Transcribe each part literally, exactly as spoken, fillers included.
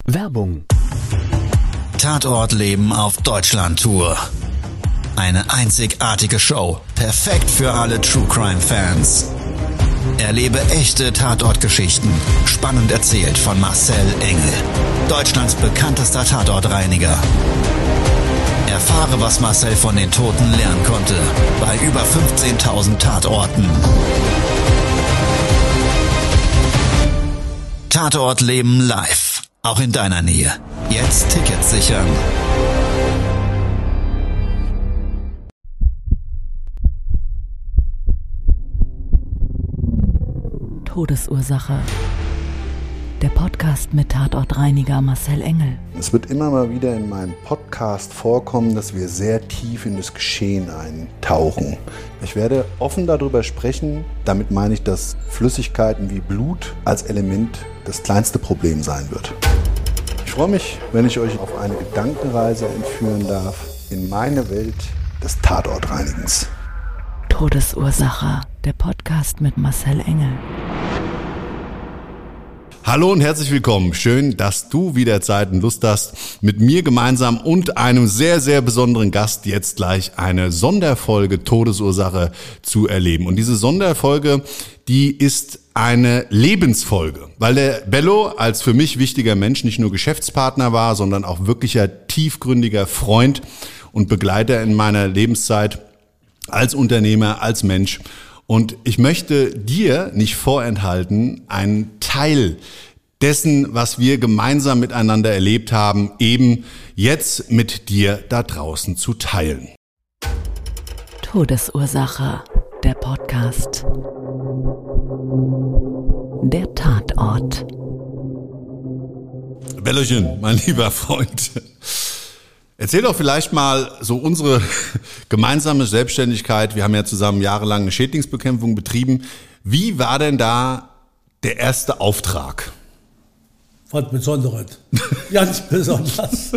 Werbung. Tatortleben auf Deutschland-Tour. Eine einzigartige Show, perfekt für alle True-Crime-Fans. Erlebe echte Tatortgeschichten, spannend erzählt von Marcel Engel, Deutschlands bekanntester Tatortreiniger. Erfahre, was Marcel von den Toten lernen konnte, bei über fünfzehntausend Tatorten. Tatortleben live, auch in deiner Nähe. Jetzt Tickets sichern. Todesursache. Der Podcast mit Tatortreiniger Marcel Engel. Es wird immer mal wieder in meinem Podcast vorkommen, dass wir sehr tief in das Geschehen eintauchen. Ich werde offen darüber sprechen. Damit meine ich, dass Flüssigkeiten wie Blut als Element das kleinste Problem sein wird. Ich freue mich, wenn ich euch auf eine Gedankenreise entführen darf in meine Welt des Tatortreinigens. Todesursache. Der Podcast mit Marcel Engel. Hallo und herzlich willkommen. Schön, dass du wieder Zeit und Lust hast, mit mir gemeinsam und einem sehr, sehr besonderen Gast jetzt gleich eine Sonderfolge Todesursache zu erleben. Und diese Sonderfolge, die ist eine Lebensfolge, weil der Bello als für mich wichtiger Mensch nicht nur Geschäftspartner war, sondern auch wirklicher tiefgründiger Freund und Begleiter in meiner Lebenszeit als Unternehmer, als Mensch. Und ich möchte dir nicht vorenthalten, einen Teil dessen, was wir gemeinsam miteinander erlebt haben, eben jetzt mit dir da draußen zu teilen. Todesursache, der Podcast. Der Tatort. Bellochen, mein lieber Freund. Erzähl doch vielleicht mal so unsere gemeinsame Selbstständigkeit. Wir haben ja zusammen jahrelang eine Schädlingsbekämpfung betrieben. Wie war denn da der erste Auftrag? Was Besonderes. Ganz besonders.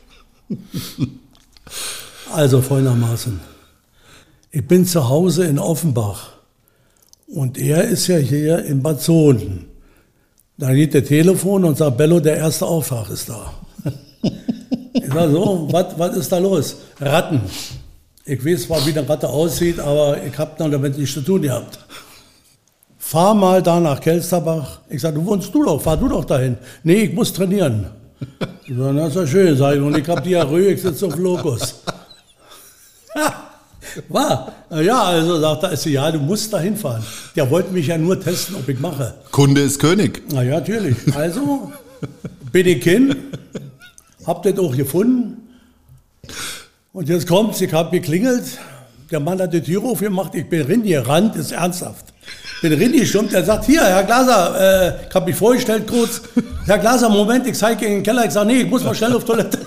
Also folgendermaßen. Ich bin zu Hause in Offenbach und er ist ja hier in Bad Sohn. Da geht der Telefon und sagt, Bello, der erste Auftrag ist da. Ich sage so, was ist da los? Ratten. Ich weiß zwar, wie eine Ratte aussieht, aber ich habe noch damit nichts zu tun gehabt. Fahr mal da nach Kelsterbach. Ich sage, du wohnst du doch, fahr du doch dahin. Nee, ich muss trainieren. Ich sage, das ist ja schön, sage ich, und ich habe Diarrhoe, ich sitze auf Lokus. War. Ja, also sagt er, ist ja, du musst da hinfahren. Der wollte mich ja nur testen, ob ich mache. Kunde ist König. Na ja, natürlich. Also bin ich hin. Hab das auch gefunden. Und jetzt kommt's, ich habe geklingelt. Der Mann hat die Tür aufgemacht. Ich bin reingerannt, ist ernsthaft. Bin reingestürmt, er sagt, hier, Herr Glaser, äh, ich habe mich vorgestellt kurz. Herr Glaser, Moment, ich zeige in den Keller. Ich sage, nee, ich muss mal schnell auf Toilette.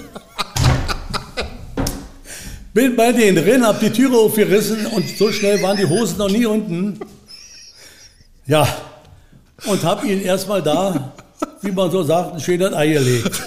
Bin bei denen drin, hab die Tür aufgerissen und so schnell waren die Hosen noch nie unten. Ja, und hab ihn erstmal da, wie man so sagt, ein schönes Ei gelegt.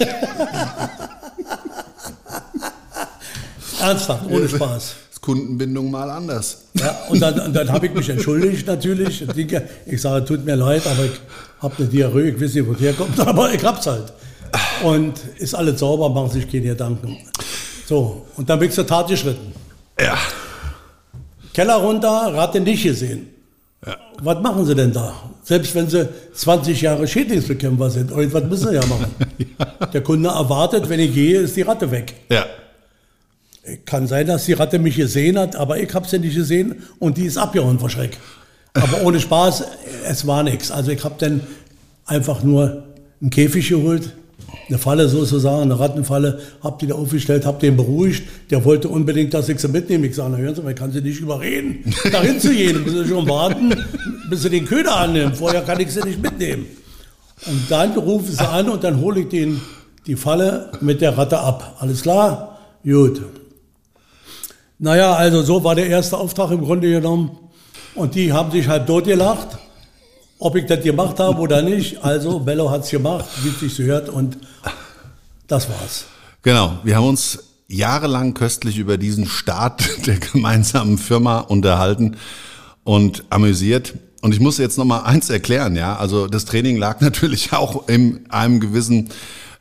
Ernsthaft, ohne Spaß. Ist Kundenbindung mal anders. Ja, und dann, und dann habe ich mich entschuldigt natürlich. Ich sage, tut mir leid, aber ich habe eine Diarrhoe, ich weiß nicht, wo die herkommt, aber ich hab's halt. Und ist alles sauber, machen sich keine Gedanken. So, und dann bin ich zur Tat geschritten. Ja. Keller runter, Ratte nicht gesehen. Ja. Was machen sie denn da? Selbst wenn sie zwanzig Jahre Schädlingsbekämpfer sind, irgendwas müssen sie ja machen. Ja. Der Kunde erwartet, wenn ich gehe, ist die Ratte weg. Ja. Kann sein, dass die Ratte mich gesehen hat, aber ich habe sie nicht gesehen und die ist abgehauen vor Schreck. Aber ohne Spaß, es war nichts. Also ich habe dann einfach nur einen Käfig geholt, eine Falle sozusagen, eine Rattenfalle, habe die da aufgestellt, habe den beruhigt. Der wollte unbedingt, dass ich sie mitnehme. Ich sage, na hören Sie mal, ich kann Sie nicht überreden, dahin zu gehen. Müssen Sie schon warten, bis Sie den Köder annehmen. Vorher kann ich sie nicht mitnehmen. Und dann rufen sie an und dann hole ich den, die Falle mit der Ratte ab. Alles klar? Gut. Naja, also so war der erste Auftrag im Grunde genommen. Und die haben sich halb totgelacht, ob ich das gemacht habe oder nicht. Also Bello hat es gemacht, wie es sich so hört, und das war's. Genau, wir haben uns jahrelang köstlich über diesen Start der gemeinsamen Firma unterhalten und amüsiert. Und ich muss jetzt noch mal eins erklären, ja. Also das Training lag natürlich auch in einem gewissen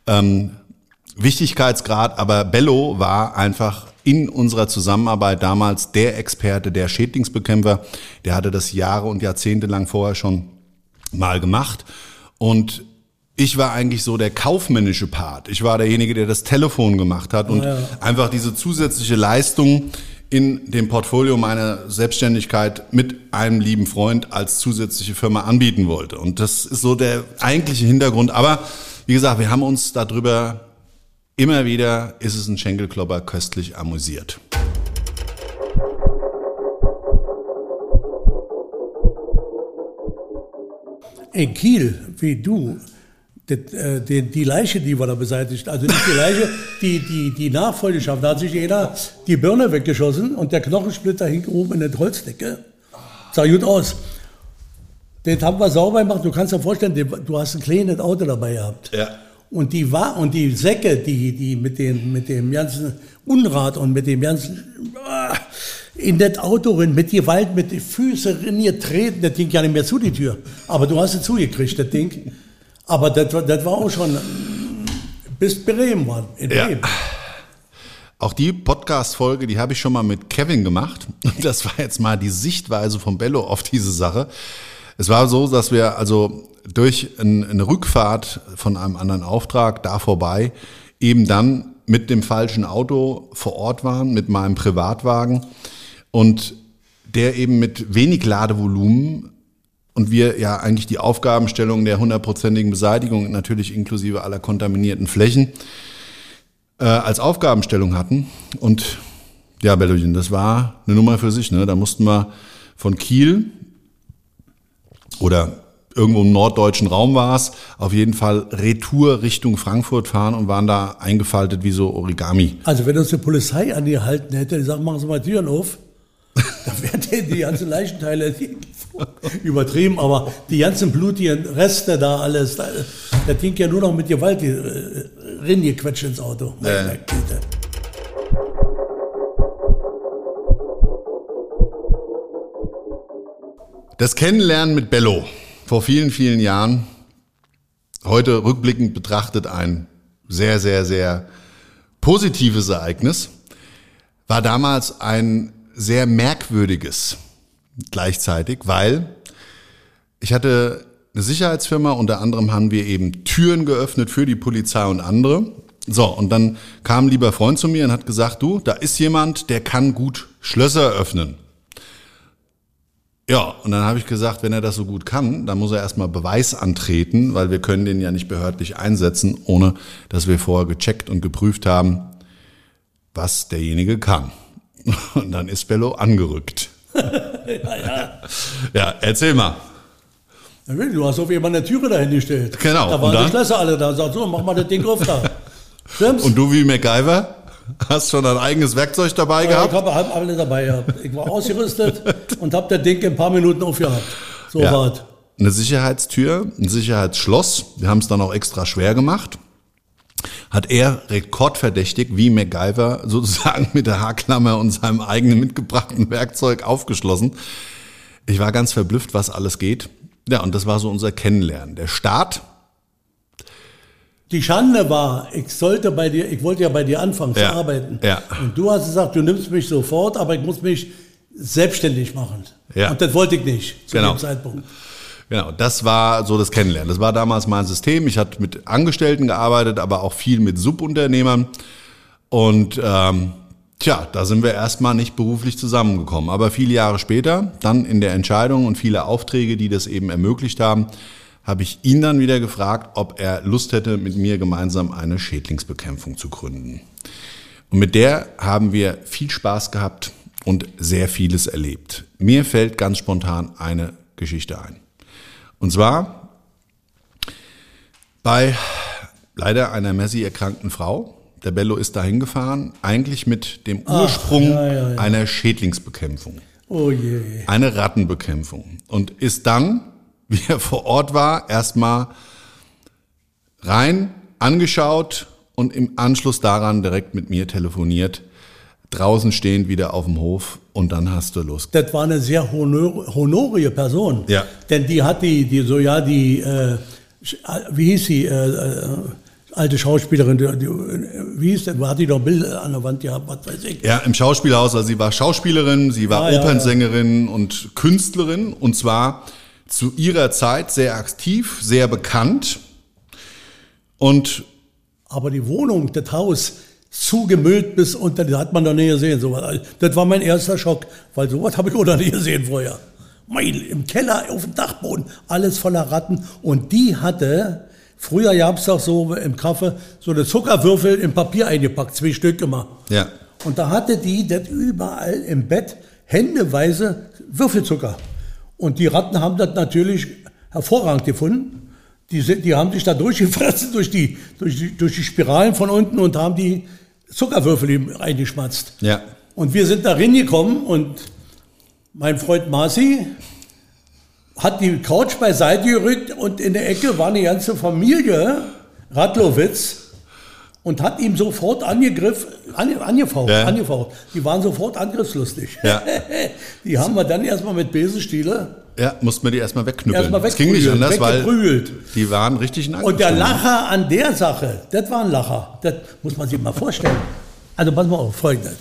ähm, Wichtigkeitsgrad, aber Bello war einfach in unserer Zusammenarbeit damals der Experte, der Schädlingsbekämpfer. Der hatte das Jahre und Jahrzehnte lang vorher schon mal gemacht. Und ich war eigentlich so der kaufmännische Part. Ich war derjenige, der das Telefon gemacht hat und ja, ja. einfach diese zusätzliche Leistung in dem Portfolio meiner Selbstständigkeit mit einem lieben Freund als zusätzliche Firma anbieten wollte. Und das ist so der eigentliche Hintergrund. Aber wie gesagt, wir haben uns darüber immer wieder, ist es ein Schenkelklopper, köstlich amüsiert. In Kiel, wie du, die, die, die Leiche, die wir da beseitigt, also nicht die Leiche, die, die, die Nachfolgeschaft, da hat sich jeder die Birne weggeschossen und der Knochensplitter hing oben in der Holzdecke. Sah gut aus. Den haben wir sauber gemacht, du kannst dir vorstellen, du hast ein kleines Auto dabei gehabt. Ja. Und die war und die Säcke, die die mit dem mit dem ganzen Unrat und mit dem ganzen in das Auto rein, mit Gewalt, mit den Füßen reingetreten, das Ding ja nicht mehr zu die Tür. Aber du hast es zugekriegt, das Ding. Aber das, das war auch schon bis Bremen war. In ja. Bremen. Auch die Podcast-Folge, die habe ich schon mal mit Kevin gemacht. Und das war jetzt mal die Sichtweise von Bello auf diese Sache. Es war so, dass wir also durch eine Rückfahrt von einem anderen Auftrag da vorbei eben dann mit dem falschen Auto vor Ort waren, mit meinem Privatwagen und der eben mit wenig Ladevolumen und wir ja eigentlich die Aufgabenstellung der hundertprozentigen Beseitigung natürlich inklusive aller kontaminierten Flächen äh, als Aufgabenstellung hatten. Und ja, Bellochen, das war eine Nummer für sich. Ne? Da mussten wir von Kiel oder irgendwo im norddeutschen Raum war es, auf jeden Fall Retour Richtung Frankfurt fahren und waren da eingefaltet wie so Origami. Also wenn uns die Polizei angehalten hätte, die sagen, machen Sie mal Türen auf, dann wären die ganzen Leichenteile übertrieben, aber die ganzen blutigen Reste da alles, da, da ging ja nur noch mit Gewalt reingequetscht ins Auto. Äh. Das Kennenlernen mit Bello vor vielen, vielen Jahren, heute rückblickend betrachtet ein sehr, sehr, sehr positives Ereignis, war damals ein sehr merkwürdiges gleichzeitig, weil ich hatte eine Sicherheitsfirma, unter anderem haben wir eben Türen geöffnet für die Polizei und andere. So, und dann kam ein lieber Freund zu mir und hat gesagt, du, da ist jemand, der kann gut Schlösser öffnen. Ja, und dann habe ich gesagt, wenn er das so gut kann, dann muss er erstmal Beweis antreten, weil wir können den ja nicht behördlich einsetzen, ohne dass wir vorher gecheckt und geprüft haben, was derjenige kann. Und dann ist Bello angerückt. ja, ja. Ja, erzähl mal. Du hast auf jemand eine Türe dahin gestellt. Genau. Da waren die Schlösser alle da. Sag so, mach mal das Ding auf da. Stimmt's? Und du wie MacGyver? Hast schon dein eigenes Werkzeug dabei ja, gehabt? Ich habe alles dabei gehabt. Ich war ausgerüstet und habe das Ding in ein paar Minuten aufgehabt. So ja. war es. Eine Sicherheitstür, ein Sicherheitsschloss. Wir haben es dann auch extra schwer gemacht. Hat er rekordverdächtig wie MacGyver sozusagen mit der Haarklammer und seinem eigenen mitgebrachten Werkzeug aufgeschlossen. Ich war ganz verblüfft, was alles geht. Ja, und das war so unser Kennenlernen. Der Start. Die Schande war, ich sollte bei dir, ich wollte ja bei dir anfangen ja, zu arbeiten. Ja. Und du hast gesagt, du nimmst mich sofort, aber ich muss mich selbstständig machen. Ja. Und das wollte ich nicht zu genau. dem Zeitpunkt. Genau, das war so das Kennenlernen. Das war damals mein System. Ich hatte mit Angestellten gearbeitet, aber auch viel mit Subunternehmern. Und ähm, tja, da sind wir erstmal nicht beruflich zusammengekommen. Aber viele Jahre später, dann in der Entscheidung und viele Aufträge, die das eben ermöglicht haben, habe ich ihn dann wieder gefragt, ob er Lust hätte, mit mir gemeinsam eine Schädlingsbekämpfung zu gründen. Und mit der haben wir viel Spaß gehabt und sehr vieles erlebt. Mir fällt ganz spontan eine Geschichte ein. Und zwar bei leider einer Messi erkrankten Frau. Der Bello ist dahin gefahren, eigentlich mit dem Ursprung Ach, ja, ja, ja. einer Schädlingsbekämpfung. Oh je. Eine Rattenbekämpfung. Und ist dann, wie er vor Ort war, erstmal rein, angeschaut und im Anschluss daran direkt mit mir telefoniert. Draußen stehend wieder auf dem Hof und dann hast du Lust. Das war eine sehr honor, honorige Person. Ja. Denn die hat die, die so ja die, äh, wie hieß sie, äh, alte Schauspielerin, die, die, wie hieß denn, hat die doch Bilder an der Wand gehabt, was weiß ich. Ja, im Schauspielhaus, also sie war Schauspielerin, sie war Ah, ja, Opernsängerin ja. und Künstlerin und zwar zu ihrer Zeit sehr aktiv, sehr bekannt und aber die Wohnung, das Haus, zugemüllt bis unter, das hat man noch nie gesehen. Sowas. Das war mein erster Schock, weil sowas habe ich auch noch nie gesehen vorher. Mein, im Keller, auf dem Dachboden, alles voller Ratten. Und die hatte, früher gab es doch so im Kaffee, so eine Zuckerwürfel in Papier eingepackt, zwei Stück immer. Ja. Und da hatte die das überall im Bett, händeweise Würfelzucker. Und die Ratten haben das natürlich hervorragend gefunden. Die, sind, die haben sich da durchgefressen durch die, durch, die, durch die Spiralen von unten und haben die Zuckerwürfel reingeschmatzt. Ja. Und wir sind da reingekommen und mein Freund Marci hat die Couch beiseite gerückt und in der Ecke war eine ganze Familie, Radlowitz, und hat ihm sofort angegriffen, ange, angefaucht, ja. angefaucht. Die waren sofort angriffslustig. Ja. Die haben wir dann erstmal mit Besenstiele Ja, musste man die erstmal wegknüppeln. Erstmal das ging nicht anders, weil weggeprügelt. die waren richtig in Angriff. Und der Lacher an der Sache, das war ein Lacher. Das muss man sich mal vorstellen. Also pass mal auf, Folgendes.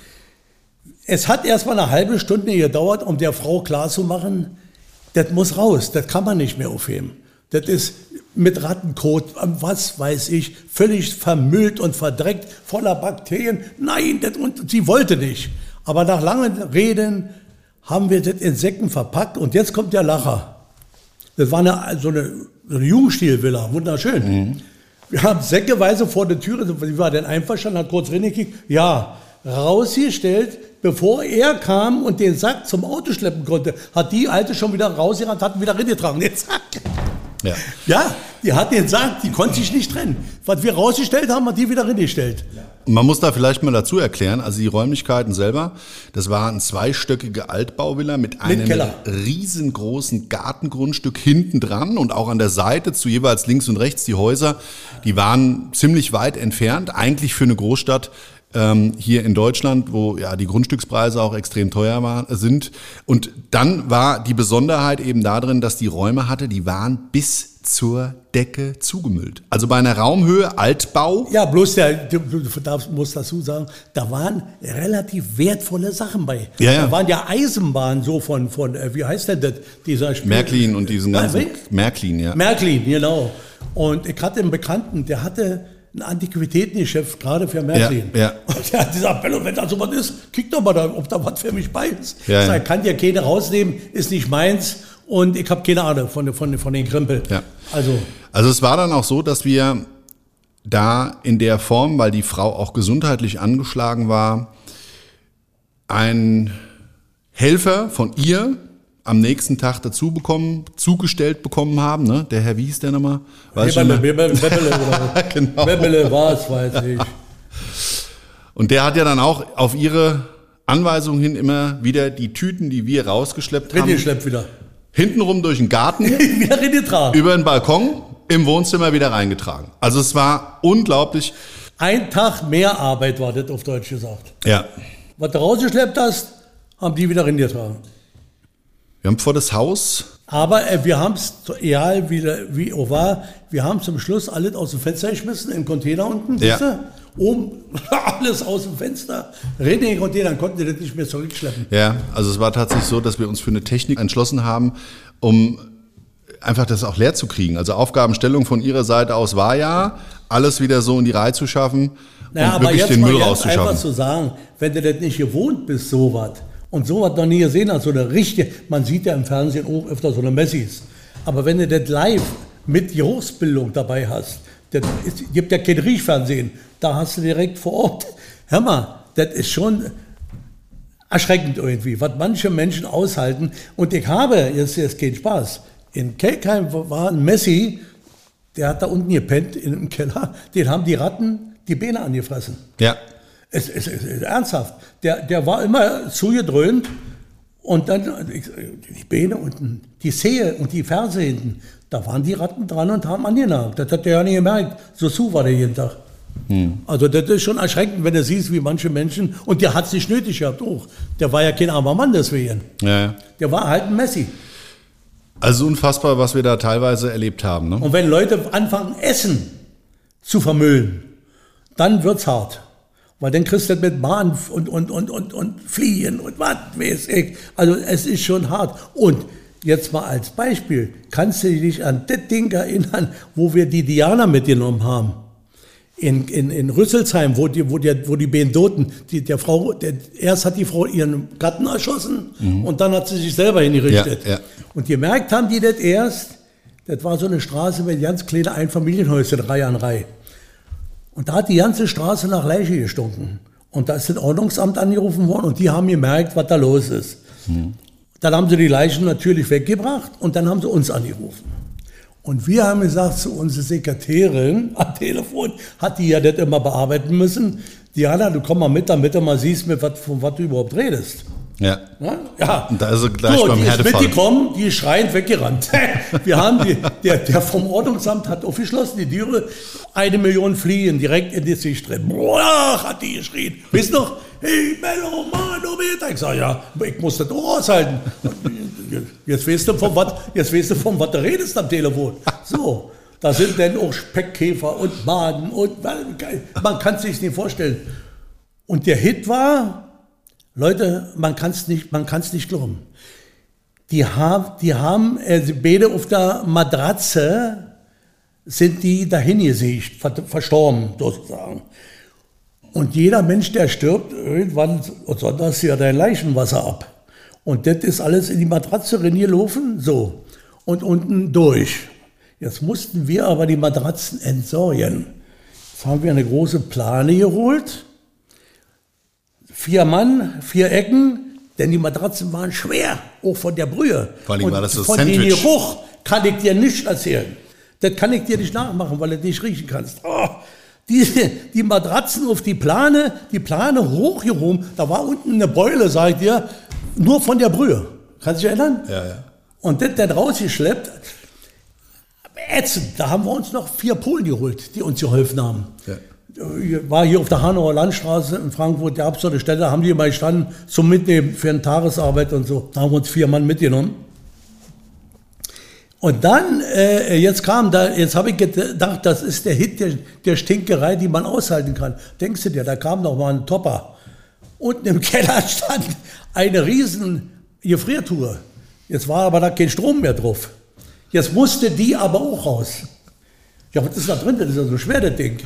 Es hat erstmal eine halbe Stunde gedauert, um der Frau klarzumachen, das muss raus, das kann man nicht mehr aufheben. Das ist mit Rattenkot, was weiß ich, völlig vermüllt und verdreckt, voller Bakterien. Nein, das, und sie wollte nicht. Aber nach langen Reden haben wir das in Säcken verpackt und jetzt kommt der Lacher. Das war eine, so eine, so eine Jugendstilvilla, wunderschön. Mhm. Wir haben säckeweise vor der Tür, wie war denn einverstanden, hat kurz reingekickt, ja, rausgestellt, bevor er kam und den Sack zum Auto schleppen konnte, hat die Alte schon wieder rausgerannt, hat ihn wieder reingetragen, den Sack. Ja. Ja, die hat den Sack, die konnte sich nicht trennen. Was wir rausgestellt haben, hat die wieder reingestellt. Man muss da vielleicht mal dazu erklären, also die Räumlichkeiten selber, das war eine zweistöckige Altbauvilla mit einem Keller. riesengroßen Gartengrundstück hinten dran und auch an der Seite zu jeweils links und rechts die Häuser, die waren ziemlich weit entfernt, eigentlich für eine Großstadt ähm, hier in Deutschland, wo ja die Grundstückspreise auch extrem teuer war, sind. Und dann war die Besonderheit eben darin, dass die Räume hatte, die waren bis zur Decke zugemüllt. Also bei einer Raumhöhe Altbau. Ja, bloß der, du, du darfst, musst dazu sagen, da waren relativ wertvolle Sachen bei. Ja, ja. Da waren ja Eisenbahnen so von, von wie heißt denn das? Dieser Spiel? Märklin und diesen ganzen. Ja, Märklin, ja. Märklin, genau. Und ich hatte einen Bekannten, der hatte ein Antiquitätengeschäft gerade für Märklin. Ja, ja. Und der hat gesagt, Bello, wenn da so was ist, kick doch mal, da, ob da was für mich bei ist. Ja, ich sag, ja. kann dir keine rausnehmen, ist nicht meins. Und ich habe keine Ahnung von, von, von den Krempel. Ja. Also, also es war dann auch so, dass wir da in der Form, weil die Frau auch gesundheitlich angeschlagen war, einen Helfer von ihr am nächsten Tag dazu bekommen, zugestellt bekommen haben. Ne? Der Herr, wie hieß der nochmal? Weberle, Weberle, Weberle oder genau. Weberle war es, weiß ich. Und der hat ja dann auch auf ihre Anweisung hin immer wieder die Tüten, die wir rausgeschleppt haben, Reingeschleppt wieder. hintenrum durch den Garten, wieder reingetragen. über den Balkon, im Wohnzimmer wieder reingetragen. Also es war unglaublich. Ein Tag mehr Arbeit war das, auf Deutsch gesagt. Ja. Was du rausgeschleppt hast, haben die wieder reingetragen. Wir haben vor das Haus. Aber äh, wir haben es, egal wie, wie auch war, wir haben zum Schluss alles aus dem Fenster geschmissen, in den Container unten, Ja. siehst du? Oben alles aus dem Fenster, rein in den Container, dann konnten die das nicht mehr zurückschleppen. Ja, also es war tatsächlich so, dass wir uns für eine Technik entschlossen haben, um einfach das auch leer zu kriegen. Also Aufgabenstellung von ihrer Seite aus war ja, alles wieder so in die Reihe zu schaffen Naja, und aber wirklich jetzt den mal Müll ganz rauszuschaffen. einfach zu sagen, wenn du das nicht gewohnt bist, sowas, und sowas noch nie gesehen hast, so eine richtige, man sieht ja im Fernsehen auch öfter so eine Messis, aber wenn du das live mit Geruchsbildung dabei hast, das ist, gibt ja kein Riechfernsehen, da hast du direkt vor Ort, hör mal, das ist schon erschreckend irgendwie, was manche Menschen aushalten. Und ich habe, jetzt ist kein Spaß, in Kelkheim war ein Messi, der hat da unten gepennt in einem Keller, den haben die Ratten die Beine angefressen. Ja. Es, es, es ist ernsthaft. Der, der war immer zugedröhnt und dann die Beine unten, die Zehe und die Ferse hinten, da waren die Ratten dran und haben angenagt. Das hat der ja nicht gemerkt. So zu war der jeden Tag. Hm. Also das ist schon erschreckend, wenn du siehst, wie manche Menschen, und der hat es nicht nötig gehabt auch. Der war ja kein armer Mann deswegen. Ja. Der war halt ein Messi. Also unfassbar, was wir da teilweise erlebt haben. Ne? Und wenn Leute anfangen essen, zu vermüllen, dann wird's hart. Weil dann kriegst du das mit Bahn und, und, und, und, und Fliehen und was weiß ich. Also es ist schon hart. Und jetzt mal als Beispiel, kannst du dich an das Ding erinnern, wo wir die Diana mitgenommen haben? In, in, in Rüsselsheim, wo die, wo die, wo die beiden Toten, die, der Frau, der, erst hat die Frau ihren Gatten erschossen mhm. und dann hat sie sich selber hingerichtet. Ja, ja. Und gemerkt haben die das erst, das war so eine Straße mit ganz kleinen Einfamilienhäusern, Reihe an Reihe. Und da hat die ganze Straße nach Leiche gestunken. Und da ist das Ordnungsamt angerufen worden und die haben gemerkt, was da los ist. Mhm. Dann haben sie die Leichen natürlich weggebracht und dann haben sie uns angerufen. Und wir haben gesagt zu unserer Sekretärin am Telefon, hat die ja das immer bearbeiten müssen. Diana, du komm mal mit, damit du mal siehst, mit wat, von was du überhaupt redest. Ja. Ja. ja. Und da ist er gleich so, beim die ist Härtefall. mitgekommen, die ist schreiend weggerannt. Wir haben die, der, der vom Ordnungsamt hat aufgeschlossen, die Türe, eine Million Fliehen direkt in die Sicht drin. Boah, hat die geschrien. Weißt du noch? Hey, Mello, Manometer. Ich sag, ja, ich muss das auch aushalten. Jetzt weißt du, von was, jetzt weißt du, von was du redest am Telefon. So, da sind dann auch Speckkäfer und Maden und man kann es sich nicht vorstellen. Und der Hit war, Leute, man kann es nicht, man kann es nicht glauben. Die haben, die haben, äh, beide auf der Matratze sind die dahin gesiegt, verstorben sozusagen. Und jeder Mensch, der stirbt, irgendwann sondert ja dein Leichenwasser ab. Und das ist alles in die Matratze reingelaufen, so. Und unten durch. Jetzt mussten wir aber die Matratzen entsorgen. Jetzt haben wir eine große Plane geholt. Vier Mann, vier Ecken, denn die Matratzen waren schwer, auch von der Brühe. Vor allem war das so von Sandwich. dem Geruch kann ich dir nicht erzählen. Das kann ich dir nicht nachmachen, weil du nicht riechen kannst. Oh, die, die Matratzen auf die Plane, die Plane hochgehoben, da war unten eine Beule, sag ich dir, nur von der Brühe. Kannst du dich erinnern? Ja, ja. Und das dann rausgeschleppt. Ätzend, da haben wir uns noch vier Polen geholt, die uns geholfen haben. Ja. War hier auf der Hanauer Landstraße in Frankfurt, da gab es so eine Stelle, da haben die mal gestanden zum Mitnehmen für eine Tagesarbeit und so. Da haben wir uns vier Mann mitgenommen. Und dann, äh, jetzt kam da, jetzt habe ich gedacht, das ist der Hit der, der Stinkerei, die man aushalten kann. Denkst du dir, da kam noch mal ein Topper. Unten im Keller stand eine riesen Gefriertruhe. Jetzt war aber da kein Strom mehr drauf. Jetzt musste die aber auch raus. Ja, was ist da drin? Das ist ja so schwer, das Ding.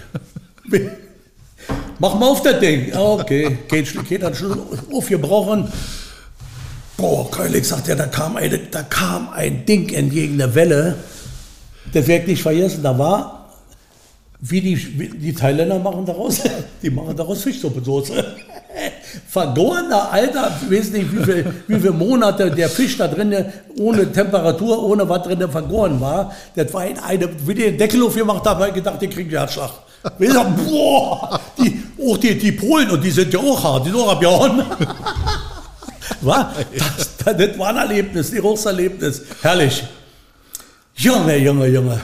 Mach mal auf das Ding. Okay, geht, geht dann schon aufgebrochen. Boah, Keulig sagt ja, da kam, eine, da kam ein Ding entgegen der Welle. Das werde ich nicht vergessen. Da war, wie die, wie die Thailänder machen daraus, die machen daraus Fischsuppensoße. Vergorener, Alter, ich weiß nicht, wie viele wie viel Monate der Fisch da drin, ohne Temperatur, ohne was drin vergoren war. Das war in eine, wie die den Deckel aufgemacht haben, habe ich gedacht, die kriegen Herzschlag. Ich sag, boah, die, auch die, die Polen, und die sind ja auch hart, die sind auch abgehauen. War, das, das, das war ein Erlebnis, ein großes Erlebnis. Herrlich. Junge, Junge, Junge.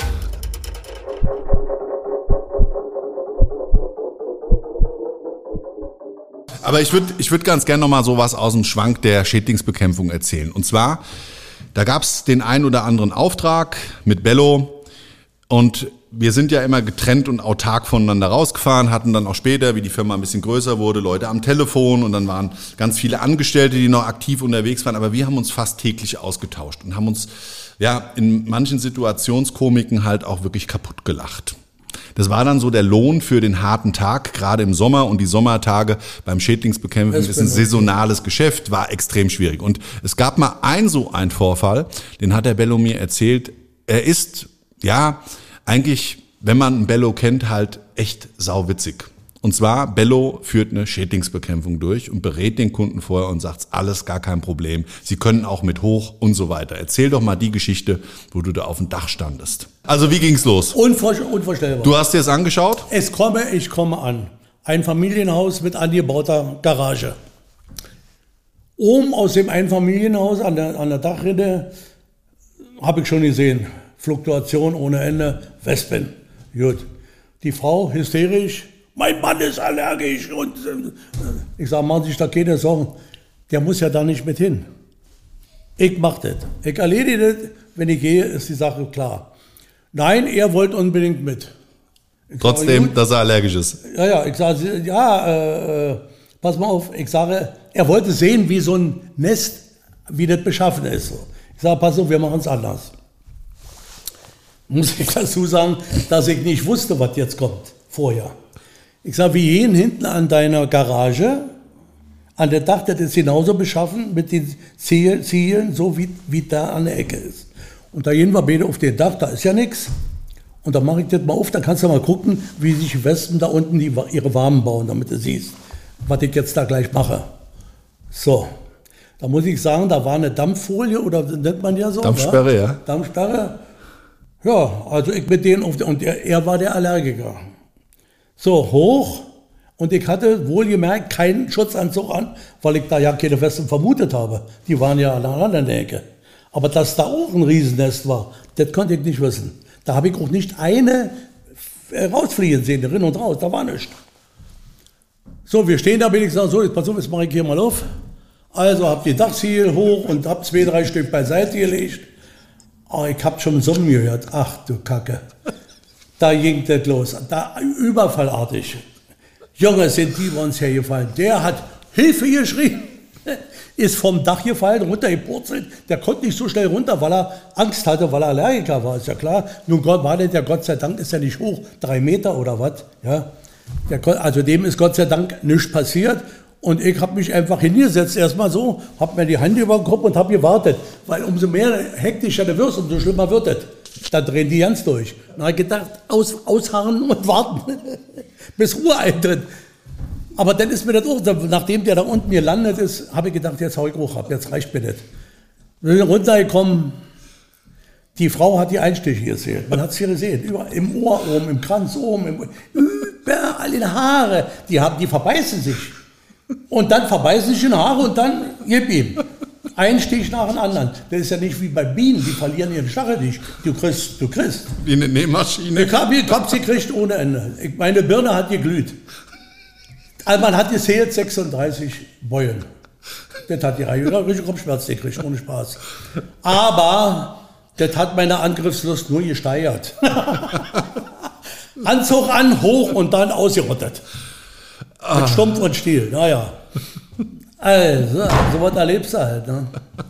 Aber ich würde ich würd ganz gerne noch mal sowas aus dem Schwank der Schädlingsbekämpfung erzählen. Und zwar, da gab es den einen oder anderen Auftrag mit Bello und wir sind ja immer getrennt und autark voneinander rausgefahren, hatten dann auch später, wie die Firma ein bisschen größer wurde, Leute am Telefon und dann waren ganz viele Angestellte, die noch aktiv unterwegs waren. Aber wir haben uns fast täglich ausgetauscht und haben uns ja in manchen Situationskomiken halt auch wirklich kaputt gelacht. Das war dann so der Lohn für den harten Tag, gerade im Sommer. Und die Sommertage beim Schädlingsbekämpfen ist ein saisonales Geschäft, war extrem schwierig. Und es gab mal ein so ein Vorfall, den hat der Bello mir erzählt. Er ist, ja, eigentlich, wenn man einen Bello kennt, halt echt sauwitzig. Und zwar, Bello führt eine Schädlingsbekämpfung durch und berät den Kunden vorher und sagt, alles gar kein Problem. Sie können auch mit hoch und so weiter. Erzähl doch mal die Geschichte, wo du da auf dem Dach standest. Also wie ging's los? Unvor- unvorstellbar. Du hast dir das angeschaut? Es komme, ich komme an. Ein Familienhaus mit angebauter Garage. Oben aus dem Einfamilienhaus an der, an der Dachrinne habe ich schon gesehen. Fluktuation ohne Ende, Wespen. Gut. Die Frau hysterisch. Mein Mann ist allergisch. Und ich sage, machen Sie sich da keine Sorgen. Der muss ja da nicht mit hin. Ich mache das. Ich erledige das. Wenn ich gehe, ist die Sache klar. Nein, er wollte unbedingt mit. Ich Trotzdem, sage, dass er allergisch ist. Ja, ja, ich sage, ja, äh, äh, pass mal auf, ich sage, er wollte sehen, wie so ein Nest, wie das beschaffen ist. Ich sage, pass auf, wir machen es anders. Muss ich dazu sagen, dass ich nicht wusste, was jetzt kommt, vorher. Ich sage, wir gehen hinten an deiner Garage, an der Dach, das ist genauso beschaffen mit den Zielen, so wie, wie da an der Ecke ist. Und da gehen wir beide auf den Dach, da ist ja nichts. Und dann mache ich das mal auf, dann kannst du mal gucken, wie sich die Wespen da unten die, ihre Waben bauen, damit du siehst, was ich jetzt da gleich mache. So, da muss ich sagen, da war eine Dampffolie, oder nennt man ja so. Dampfsperre, ja. ja. Dampfsperre. Ja, also ich mit denen, auf, und er, er war der Allergiker. So, hoch, und ich hatte wohlgemerkt keinen Schutzanzug an, weil ich da ja keine Wespen vermutet habe. Die waren ja alle an der Ecke. Aber dass da auch ein Riesennest war, das konnte ich nicht wissen. Da habe ich auch nicht eine rausfliegen sehen, drin und raus, da war nichts. So, wir stehen da, bin ich gesagt, so, jetzt pass auf, jetzt mache ich hier mal auf. Also hab die Dachziegel hoch und hab zwei, drei Stück beiseite gelegt. Oh, ich hab schon Summen gehört. Ach du Kacke. Da ging das los. Da überfallartig. Junge, sind die bei uns hergefallen. Der hat Hilfe geschrien. Ist vom Dach gefallen, runtergepurzelt. Der konnte nicht so schnell runter, weil er Angst hatte, weil er Allergiker war, ist ja klar. Nun Gott, war der, der Gott sei Dank ist ja nicht hoch, drei Meter oder was. Ja. Der, also dem ist Gott sei Dank nichts passiert. Und ich habe mich einfach hingesetzt, erstmal so, habe mir die Hand über den Kopf und habe gewartet. Weil umso mehr hektischer du wirst, umso schlimmer wird es. Da drehen die ganz durch. Dann habe ich gedacht, aus, ausharren und warten, bis Ruhe eintritt. Aber dann ist mir das auch, nachdem der da unten gelandet ist, habe ich gedacht, jetzt hau ich hoch ab, jetzt reicht mir das. Wir sind runtergekommen, die Frau hat die Einstiche gezählt, man hat es hier gesehen, überall, im Ohr oben, im Kranz oben, im, überall in Haare, die, haben, die verbeißen sich. Und dann verbeißen sich in Haare und dann gib ihm. Ein Stich nach dem anderen. Das ist ja nicht wie bei Bienen, die verlieren ihren Stachel nicht. Du kriegst, du kriegst. Wie eine Nähmaschine. Ich habe hab sie gekriegt ohne Ende. Ich, meine Birne hat geglüht. Also man hat gezählt sechsunddreißig Beulen. Das hat die Reihe. Richtig Kopfschmerz gekriegt, ohne Spaß. Aber das hat meine Angriffslust nur gesteigert. Anzug an, hoch und dann ausgerottet. Mit Stumpf und Stiel, naja. Also, so was erlebst du halt. Ne?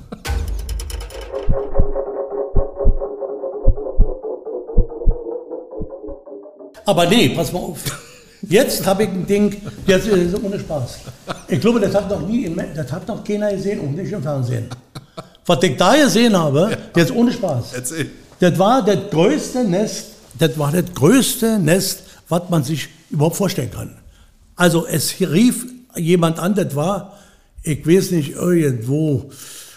Aber nee, pass mal auf. Jetzt habe ich ein Ding, jetzt ist es ohne Spaß. Ich glaube, das hat noch nie, das hat noch keiner gesehen, auch nicht im Fernsehen. Was ich da gesehen habe, jetzt ohne Spaß. Erzähl. Das war das größte Nest, das war das größte Nest, was man sich überhaupt vorstellen kann. Also es rief jemand an, das war, ich weiß nicht, irgendwo,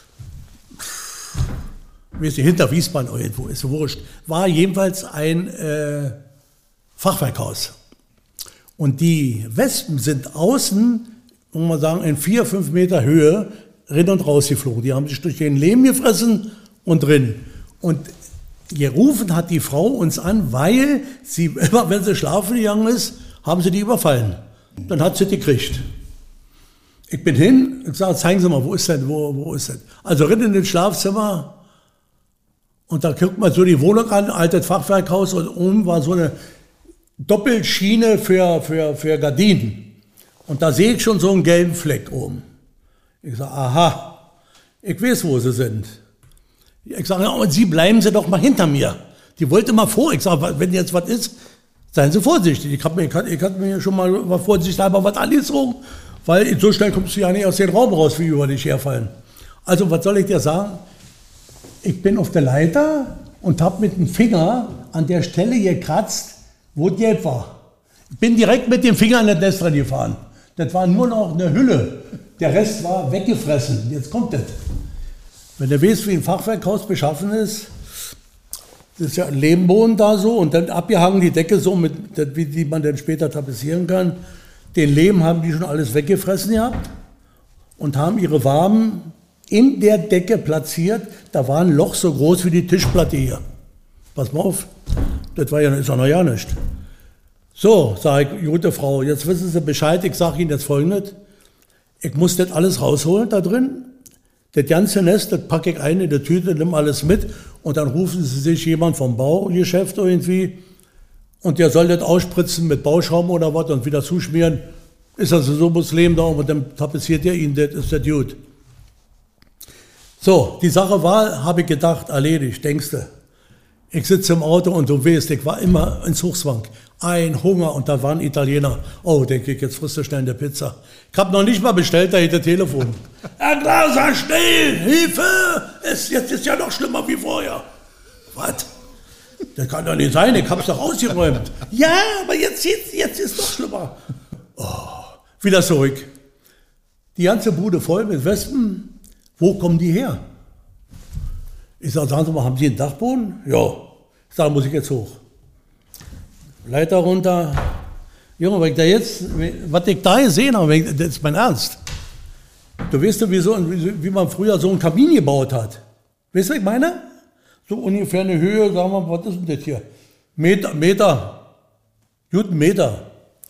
ich weiß nicht, hinter Wiesbaden irgendwo, ist so wurscht, war jedenfalls ein äh, Fachwerkhaus. Und die Wespen sind außen, muss man sagen, in vier, fünf Meter Höhe rein und raus geflogen. Die haben sich durch den Lehm gefressen und drin. Und gerufen hat die Frau uns an, weil sie, immer wenn sie schlafen gegangen ist, haben sie die überfallen. Dann hat sie die gekriegt. Ich bin hin, ich sage, zeigen Sie mal, wo ist denn, wo, wo ist denn? Also rein in das Schlafzimmer und da guckt man so die Wohnung an, altes Fachwerkhaus und oben war so eine Doppelschiene für, für, für Gardinen. Und da sehe ich schon so einen gelben Fleck oben. Ich sage, aha, ich weiß, wo sie sind. Ich sage, ja, und Sie bleiben Sie doch mal hinter mir. Die wollte mal vor. Ich sage, wenn jetzt was ist, seien Sie vorsichtig. Ich habe mir, ich hatte, ich hatte mir schon mal vorsichtshalber was angezogen, weil so schnell kommst du ja nicht aus dem Raum raus, wie über dich herfallen. Also, was soll ich dir sagen? Ich bin auf der Leiter und habe mit dem Finger an der Stelle gekratzt, wo die gelb war. Ich bin direkt mit dem Finger an das Nest dran gefahren. Das war nur noch eine Hülle. Der Rest war weggefressen. Jetzt kommt das. Wenn du weißt, wie ein Fachwerkhaus beschaffen ist, das ist ja ein Lehmboden da so und dann abgehangen die Decke so, mit, wie die man dann später tapezieren kann. Den Lehm haben die schon alles weggefressen gehabt und haben ihre Waben in der Decke platziert. Da war ein Loch so groß wie die Tischplatte hier. Pass mal auf, das war ja, ist ja noch ja nicht. So, sage ich, gute Frau, jetzt wissen Sie Bescheid, ich sage Ihnen jetzt Folgendes. Ich muss das alles rausholen da drin. Das ganze Nest, das packe ich ein in die Tüte, nimm alles mit und dann rufen Sie sich jemand vom Baugeschäft irgendwie und der soll das ausspritzen mit Bauschaum oder was und wieder zuschmieren. Ist also so Muslim da und dann tapeziert er ihn, das ist der Dude. So, die Sache war, habe ich gedacht, erledigt, denkst du. Ich sitze im Auto und du weißt, ich war immer in Zugzwang. Ein Hunger und da waren Italiener. Oh, denke ich, jetzt frisst du schnell eine Pizza. Ich habe noch nicht mal bestellt, da hätte Telefon. Herr Glaser, schnell, Hilfe! Es, jetzt ist ja noch schlimmer wie vorher. Was? Das kann doch nicht sein, ich hab's doch ausgeräumt. Ja, aber jetzt, jetzt, jetzt ist es noch schlimmer. Oh, wieder zurück. Die ganze Bude voll mit Wespen. Wo kommen die her? Ich sage, sagen Sie mal, haben Sie einen Dachboden? Ja. Ich sage, muss ich jetzt hoch. Leiter runter. Junge, wenn ich da jetzt, was ich da gesehen habe, das ist mein Ernst. Du weißt ja, wie, so, wie man früher so einen Kamin gebaut hat. Weißt du, was ich meine? So ungefähr eine Höhe, sagen wir, was ist denn das hier? Meter, Meter, guten Meter.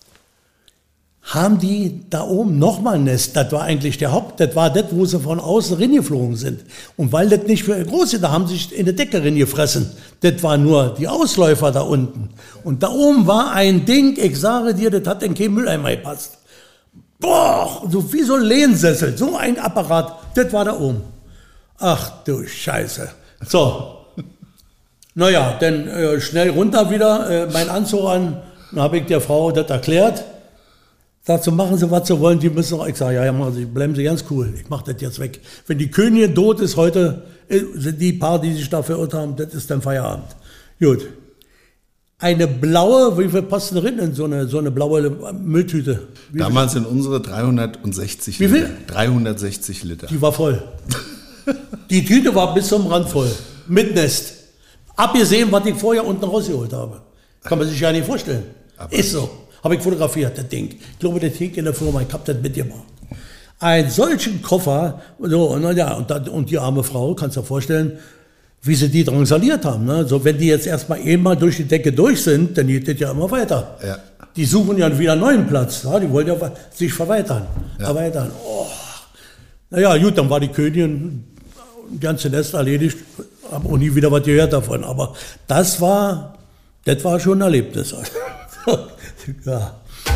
Haben die da oben nochmal ein Nest? Das war eigentlich der Haupt, das war das, wo sie von außen reingeflogen sind. Und weil das nicht für große, da haben sie sich in der Decke reingefressen. Das war nur die Ausläufer da unten. Und da oben war ein Ding, ich sage dir, das hat in kein Mülleimer gepasst. Boah, so wie so ein Lehnsessel, so ein Apparat, das war da oben. Ach du Scheiße. So. Naja, dann äh, schnell runter wieder, äh, mein Anzug an, dann habe ich der Frau das erklärt. Sagt so, machen Sie, was Sie wollen, die müssen auch. Ich sage, ja, ja, machen Sie, bleiben Sie ganz cool, ich mache das jetzt weg. Wenn die Königin tot ist heute, sind die paar, die sich da verirrt haben, das ist dann Feierabend. Gut. Eine blaue, wie viel passt denn drin in so eine, so eine blaue Mülltüte? Wie Damals sind unsere dreihundertsechzig wie viel? Liter. dreihundertsechzig Liter. Die war voll. Die Tüte war bis zum Rand voll. Mit Nest. Abgesehen, was ich vorher unten rausgeholt habe. Kann man sich ja nicht vorstellen. Aber ist so. Habe ich fotografiert, das Ding. Ich glaube, das hängt in der Firma, ich habe das mitgemacht. Einen solchen Koffer, so, na ja, und, dann, und die arme Frau, kannst du dir vorstellen, wie sie die drangsaliert haben. Ne? So, wenn die jetzt erstmal einmal durch die Decke durch sind, dann geht das ja immer weiter. Ja. Die suchen ja wieder einen neuen Platz. Ja? Die wollen ja sich verweitern. Ja. Erweitern. Oh. Naja, gut, dann war die Königin, das ganze Nest erledigt, habe auch nie wieder was gehört davon. Aber das war, das war schon ein Erlebnis. Ja.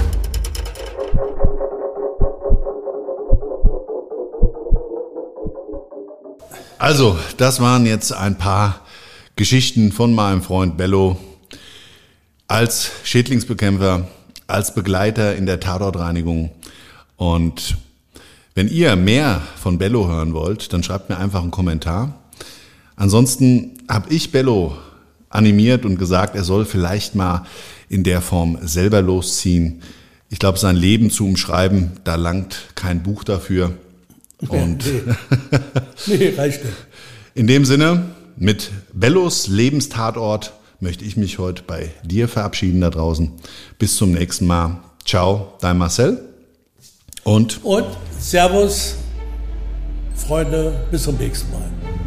Also, das waren jetzt ein paar Geschichten von meinem Freund Bello als Schädlingsbekämpfer, als Begleiter in der Tatortreinigung. Und wenn ihr mehr von Bello hören wollt, dann schreibt mir einfach einen Kommentar. Ansonsten habe ich Bello animiert und gesagt, er soll vielleicht mal in der Form selber losziehen. Ich glaube, sein Leben zu umschreiben, da langt kein Buch dafür. Und nee. nee, reicht nicht. In dem Sinne, mit Bellos Lebenstatort möchte ich mich heute bei dir verabschieden da draußen. Bis zum nächsten Mal. Ciao, dein Marcel. Und, und Servus, Freunde, bis zum nächsten Mal.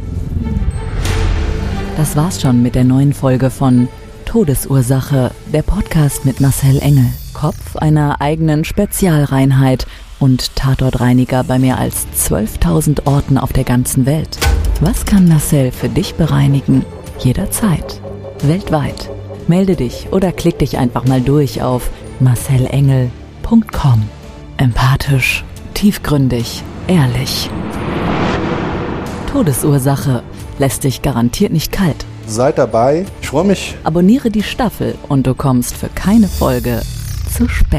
Das war's schon mit der neuen Folge von Todesursache, der Podcast mit Marcel Engel, Kopf einer eigenen Spezialreinheit und Tatortreiniger bei mehr als zwölftausend Orten auf der ganzen Welt. Was kann Marcel für dich bereinigen? Jederzeit. Weltweit. Melde dich oder klick dich einfach mal durch auf marcel engel punkt com. Empathisch, tiefgründig, ehrlich. Todesursache lässt dich garantiert nicht kalt. Seid dabei, ich freue mich. Abonniere die Staffel und du kommst für keine Folge zu spät.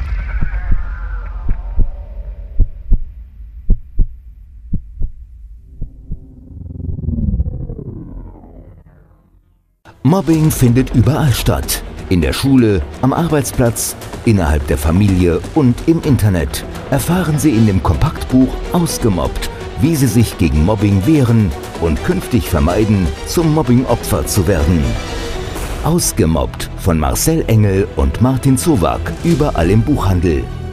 Mobbing findet überall statt. In der Schule, am Arbeitsplatz, innerhalb der Familie und im Internet. Erfahren Sie in dem Kompaktbuch Ausgemobbt, wie Sie sich gegen Mobbing wehren und künftig vermeiden, zum Mobbing-Opfer zu werden. Ausgemobbt von Marcel Engel und Martin Zowak, überall im Buchhandel.